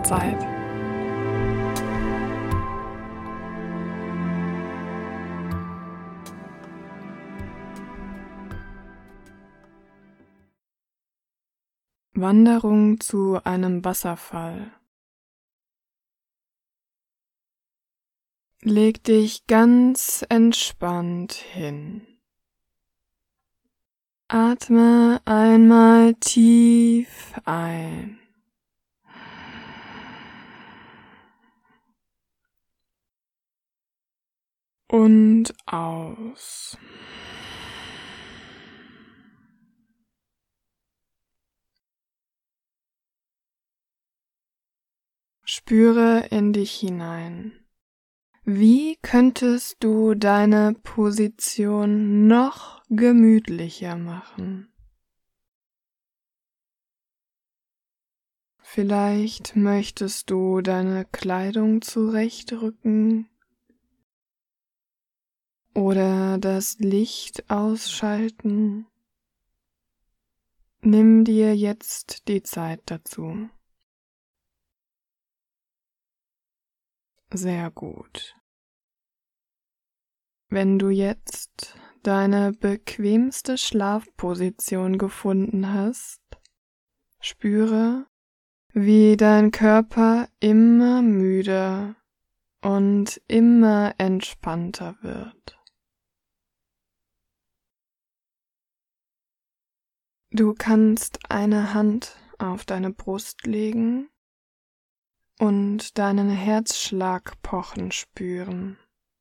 Zeit. Wanderung zu einem Wasserfall. Leg dich ganz entspannt hin. Atme einmal tief ein und aus. Spüre in dich hinein. Wie könntest du deine Position noch gemütlicher machen? Vielleicht möchtest du deine Kleidung zurechtrücken oder das Licht ausschalten. Nimm dir jetzt die Zeit dazu. Sehr gut. Wenn du jetzt deine bequemste Schlafposition gefunden hast, spüre, wie dein Körper immer müder und immer entspannter wird. Du kannst eine Hand auf deine Brust legen und deinen Herzschlag pochen spüren.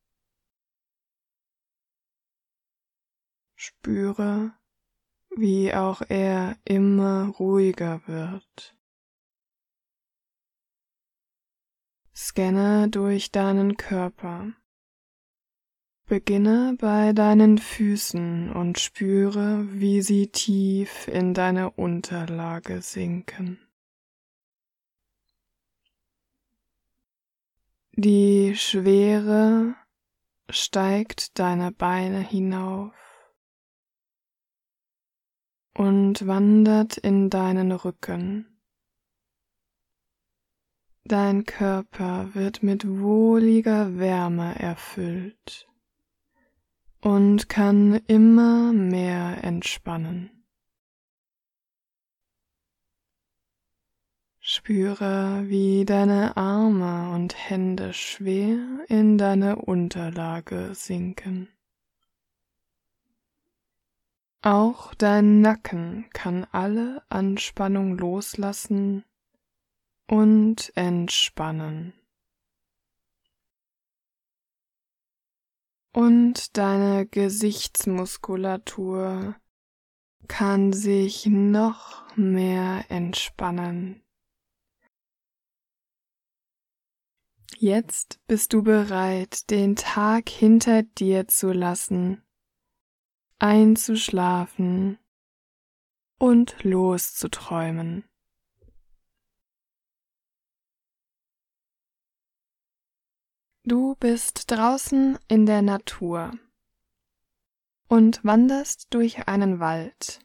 Spüre, wie auch er immer ruhiger wird. Scanne durch deinen Körper. Beginne bei deinen Füßen und spüre, wie sie tief in deine Unterlage sinken. Die Schwere steigt deine Beine hinauf und wandert in deinen Rücken. Dein Körper wird mit wohliger Wärme erfüllt und kann immer mehr entspannen. Spüre, wie deine Arme und Hände schwer in deine Unterlage sinken. Auch dein Nacken kann alle Anspannung loslassen und entspannen. Und deine Gesichtsmuskulatur kann sich noch mehr entspannen. Jetzt bist du bereit, den Tag hinter dir zu lassen, einzuschlafen und loszuträumen. Du bist draußen in der Natur und wanderst durch einen Wald.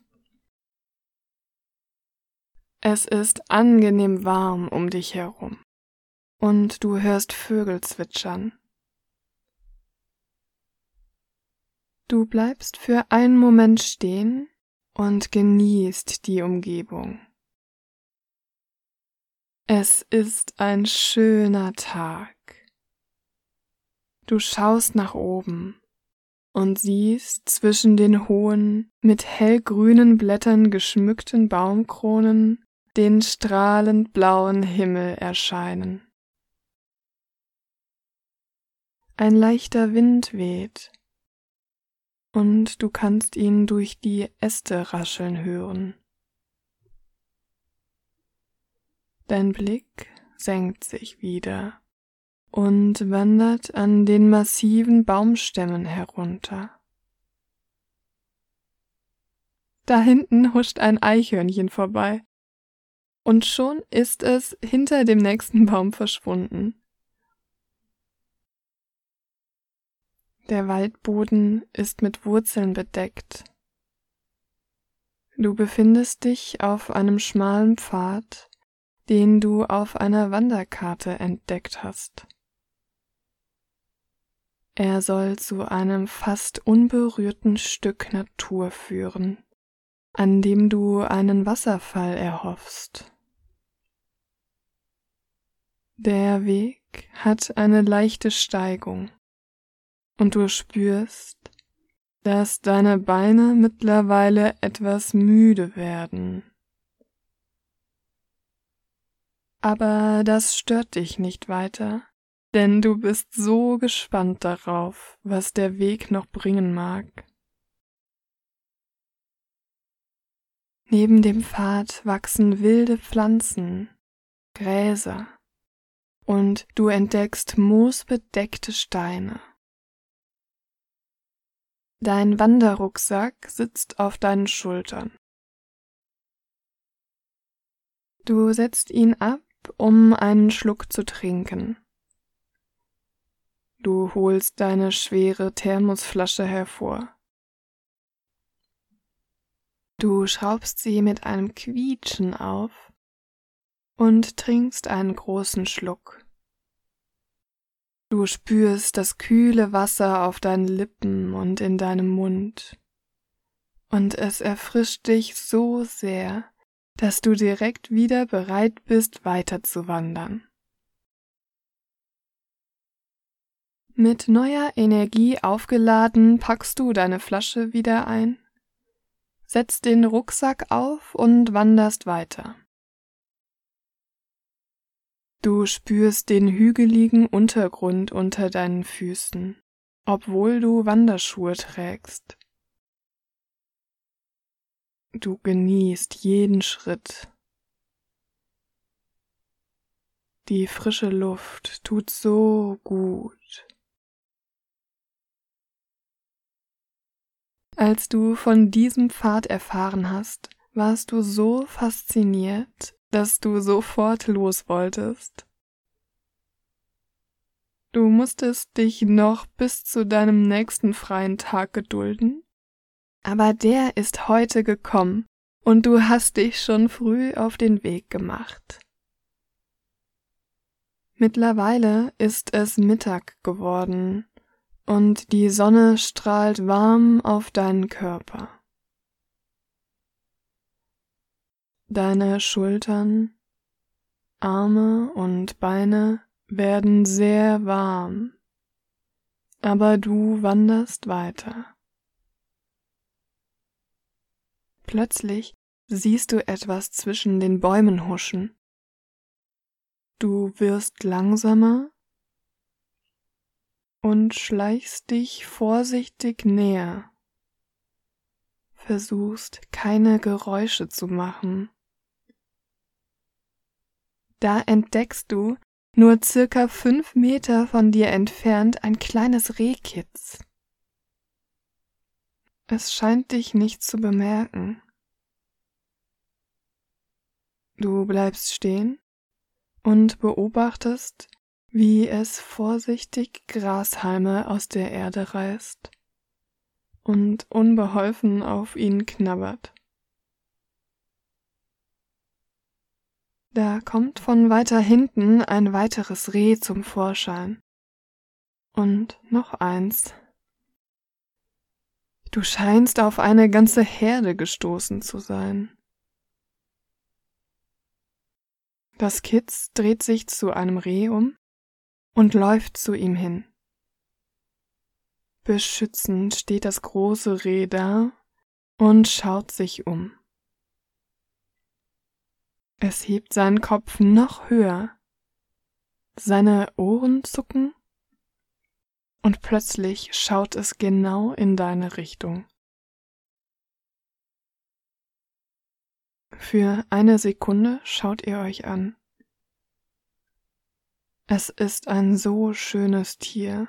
Es ist angenehm warm um dich herum und du hörst Vögel zwitschern. Du bleibst für einen Moment stehen und genießt die Umgebung. Es ist ein schöner Tag. Du schaust nach oben und siehst zwischen den hohen, mit hellgrünen Blättern geschmückten Baumkronen den strahlend blauen Himmel erscheinen. Ein leichter Wind weht und du kannst ihn durch die Äste rascheln hören. Dein Blick senkt sich wieder und wandert an den massiven Baumstämmen herunter. Da hinten huscht ein Eichhörnchen vorbei und schon ist es hinter dem nächsten Baum verschwunden. Der Waldboden ist mit Wurzeln bedeckt. Du befindest dich auf einem schmalen Pfad, den du auf einer Wanderkarte entdeckt hast. Er soll zu einem fast unberührten Stück Natur führen, an dem du einen Wasserfall erhoffst. Der Weg hat eine leichte Steigung und du spürst, dass deine Beine mittlerweile etwas müde werden. Aber das stört dich nicht weiter, denn du bist so gespannt darauf, was der Weg noch bringen mag. Neben dem Pfad wachsen wilde Pflanzen, Gräser, und du entdeckst moosbedeckte Steine. Dein Wanderrucksack sitzt auf deinen Schultern. Du setzt ihn ab, um einen Schluck zu trinken. Du holst deine schwere Thermosflasche hervor. Du schraubst sie mit einem Quietschen auf und trinkst einen großen Schluck. Du spürst das kühle Wasser auf deinen Lippen und in deinem Mund, und es erfrischt dich so sehr, dass du direkt wieder bereit bist, weiterzuwandern. Mit neuer Energie aufgeladen packst du deine Flasche wieder ein, setzt den Rucksack auf und wanderst weiter. Du spürst den hügeligen Untergrund unter deinen Füßen, obwohl du Wanderschuhe trägst. Du genießt jeden Schritt. Die frische Luft tut so gut. Als du von diesem Pfad erfahren hast, warst du so fasziniert, dass du sofort los wolltest. Du musstest dich noch bis zu deinem nächsten freien Tag gedulden, aber der ist heute gekommen und du hast dich schon früh auf den Weg gemacht. Mittlerweile ist es Mittag geworden und die Sonne strahlt warm auf deinen Körper. Deine Schultern, Arme und Beine werden sehr warm, aber du wanderst weiter. Plötzlich siehst du etwas zwischen den Bäumen huschen. Du wirst langsamer und schleichst dich vorsichtig näher. Versuchst, keine Geräusche zu machen. Da entdeckst du, nur circa 5 Meter von dir entfernt, ein kleines Rehkitz. Es scheint dich nicht zu bemerken. Du bleibst stehen und beobachtest, wie es vorsichtig Grashalme aus der Erde reißt und unbeholfen auf ihn knabbert. Da kommt von weiter hinten ein weiteres Reh zum Vorschein. Und noch eins. Du scheinst auf eine ganze Herde gestoßen zu sein. Das Kitz dreht sich zu einem Reh um und läuft zu ihm hin. Beschützend steht das große Reh da und schaut sich um. Es hebt seinen Kopf noch höher, seine Ohren zucken und plötzlich schaut es genau in deine Richtung. Für eine Sekunde schaut ihr euch an. Es ist ein so schönes Tier.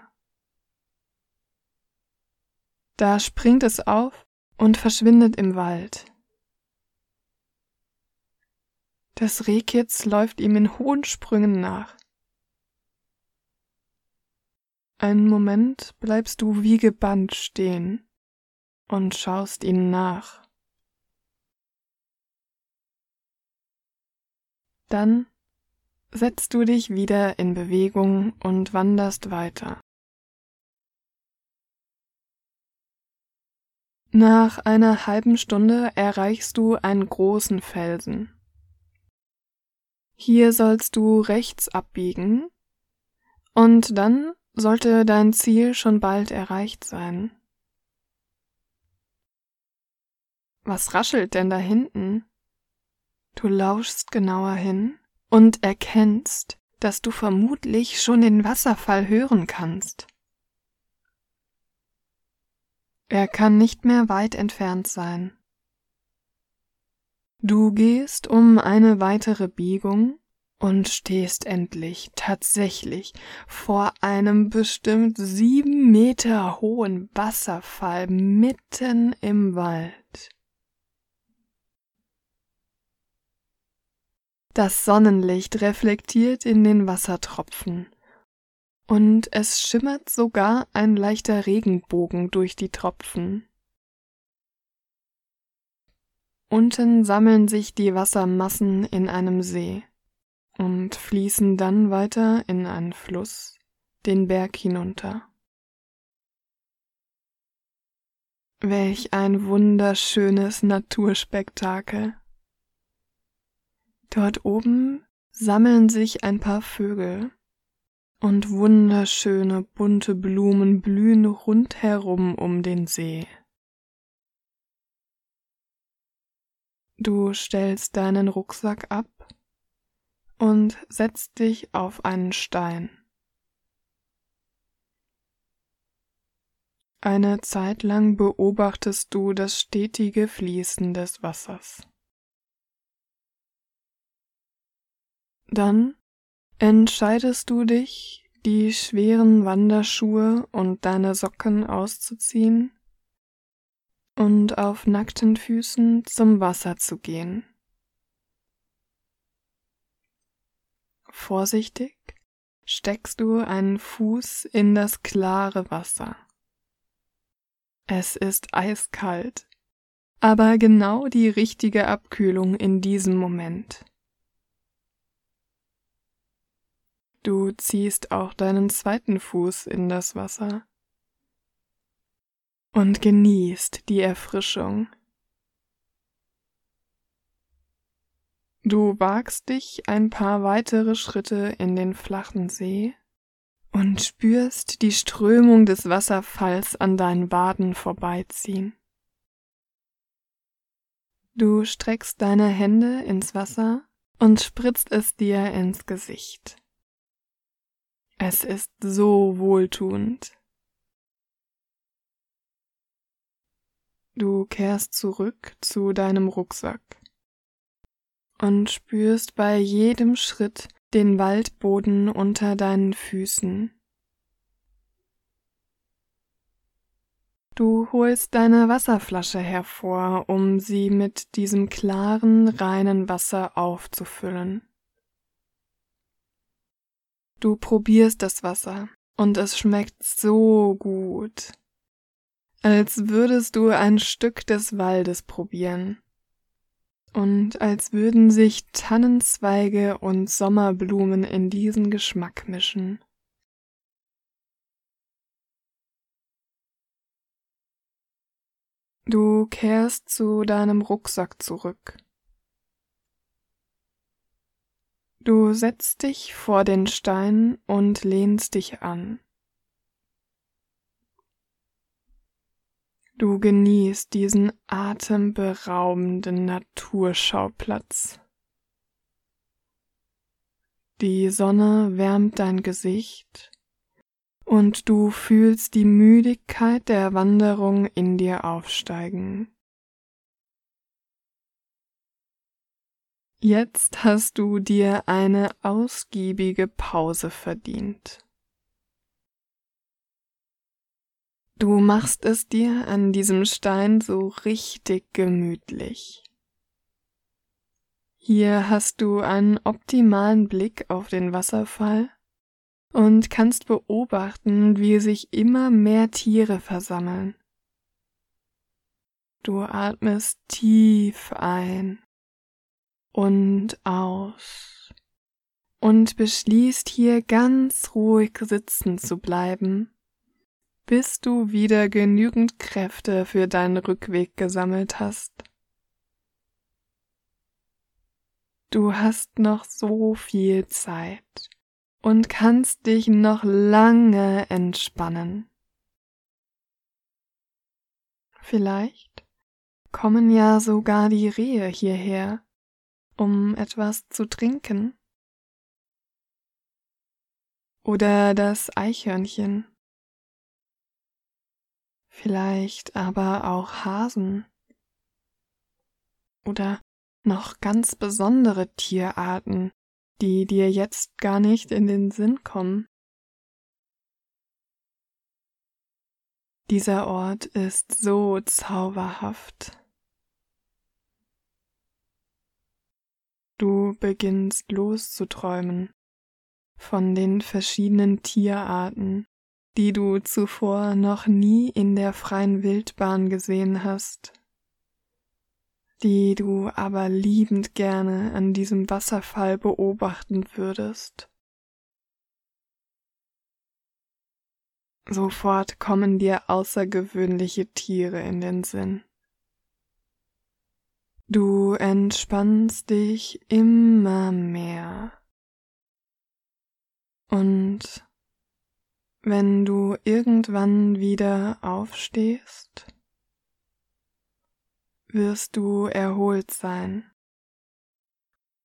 Da springt es auf und verschwindet im Wald. Das Rehkitz läuft ihm in hohen Sprüngen nach. Einen Moment bleibst du wie gebannt stehen und schaust ihm nach. Dann setzt du dich wieder in Bewegung und wanderst weiter. Nach einer halben Stunde erreichst du einen großen Felsen. Hier sollst du rechts abbiegen und dann sollte dein Ziel schon bald erreicht sein. Was raschelt denn da hinten? Du lauschst genauer hin und erkennst, dass du vermutlich schon den Wasserfall hören kannst. Er kann nicht mehr weit entfernt sein. Du gehst um eine weitere Biegung und stehst endlich tatsächlich vor einem bestimmt 7 Meter hohen Wasserfall mitten im Wald. Das Sonnenlicht reflektiert in den Wassertropfen und es schimmert sogar ein leichter Regenbogen durch die Tropfen. Unten sammeln sich die Wassermassen in einem See und fließen dann weiter in einen Fluss, den Berg hinunter. Welch ein wunderschönes Naturspektakel! Dort oben sammeln sich ein paar Vögel und wunderschöne bunte Blumen blühen rundherum um den See. Du stellst deinen Rucksack ab und setzt dich auf einen Stein. Eine Zeit lang beobachtest du das stetige Fließen des Wassers. Dann entscheidest du dich, die schweren Wanderschuhe und deine Socken auszuziehen und auf nackten Füßen zum Wasser zu gehen. Vorsichtig steckst du einen Fuß in das klare Wasser. Es ist eiskalt, aber genau die richtige Abkühlung in diesem Moment. Du ziehst auch deinen zweiten Fuß in das Wasser und genießt die Erfrischung. Du wagst dich ein paar weitere Schritte in den flachen See und spürst die Strömung des Wasserfalls an deinen Waden vorbeiziehen. Du streckst deine Hände ins Wasser und spritzt es dir ins Gesicht. Es ist so wohltuend. Du kehrst zurück zu deinem Rucksack und spürst bei jedem Schritt den Waldboden unter deinen Füßen. Du holst deine Wasserflasche hervor, um sie mit diesem klaren, reinen Wasser aufzufüllen. Du probierst das Wasser und es schmeckt so gut, als würdest du ein Stück des Waldes probieren und als würden sich Tannenzweige und Sommerblumen in diesen Geschmack mischen. Du kehrst zu deinem Rucksack zurück. Du setzt dich vor den Stein und lehnst dich an. Du genießt diesen atemberaubenden Naturschauplatz. Die Sonne wärmt dein Gesicht und du fühlst die Müdigkeit der Wanderung in dir aufsteigen. Jetzt hast du dir eine ausgiebige Pause verdient. Du machst es dir an diesem Stein so richtig gemütlich. Hier hast du einen optimalen Blick auf den Wasserfall und kannst beobachten, wie sich immer mehr Tiere versammeln. Du atmest tief ein und aus. und beschließt hier ganz ruhig sitzen zu bleiben, bis du wieder genügend Kräfte für deinen Rückweg gesammelt hast. Du hast noch so viel Zeit und kannst dich noch lange entspannen. Vielleicht kommen ja sogar die Rehe hierher, um etwas zu trinken. Oder das Eichhörnchen. Vielleicht aber auch Hasen. Oder noch ganz besondere Tierarten, die dir jetzt gar nicht in den Sinn kommen. Dieser Ort ist so zauberhaft. Du beginnst loszuträumen von den verschiedenen Tierarten, die du zuvor noch nie in der freien Wildbahn gesehen hast, die du aber liebend gerne an diesem Wasserfall beobachten würdest. Sofort kommen dir außergewöhnliche Tiere in den Sinn. Du entspannst dich immer mehr. Und wenn du irgendwann wieder aufstehst, wirst du erholt sein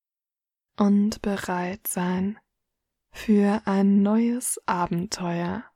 und bereit sein für ein neues Abenteuer.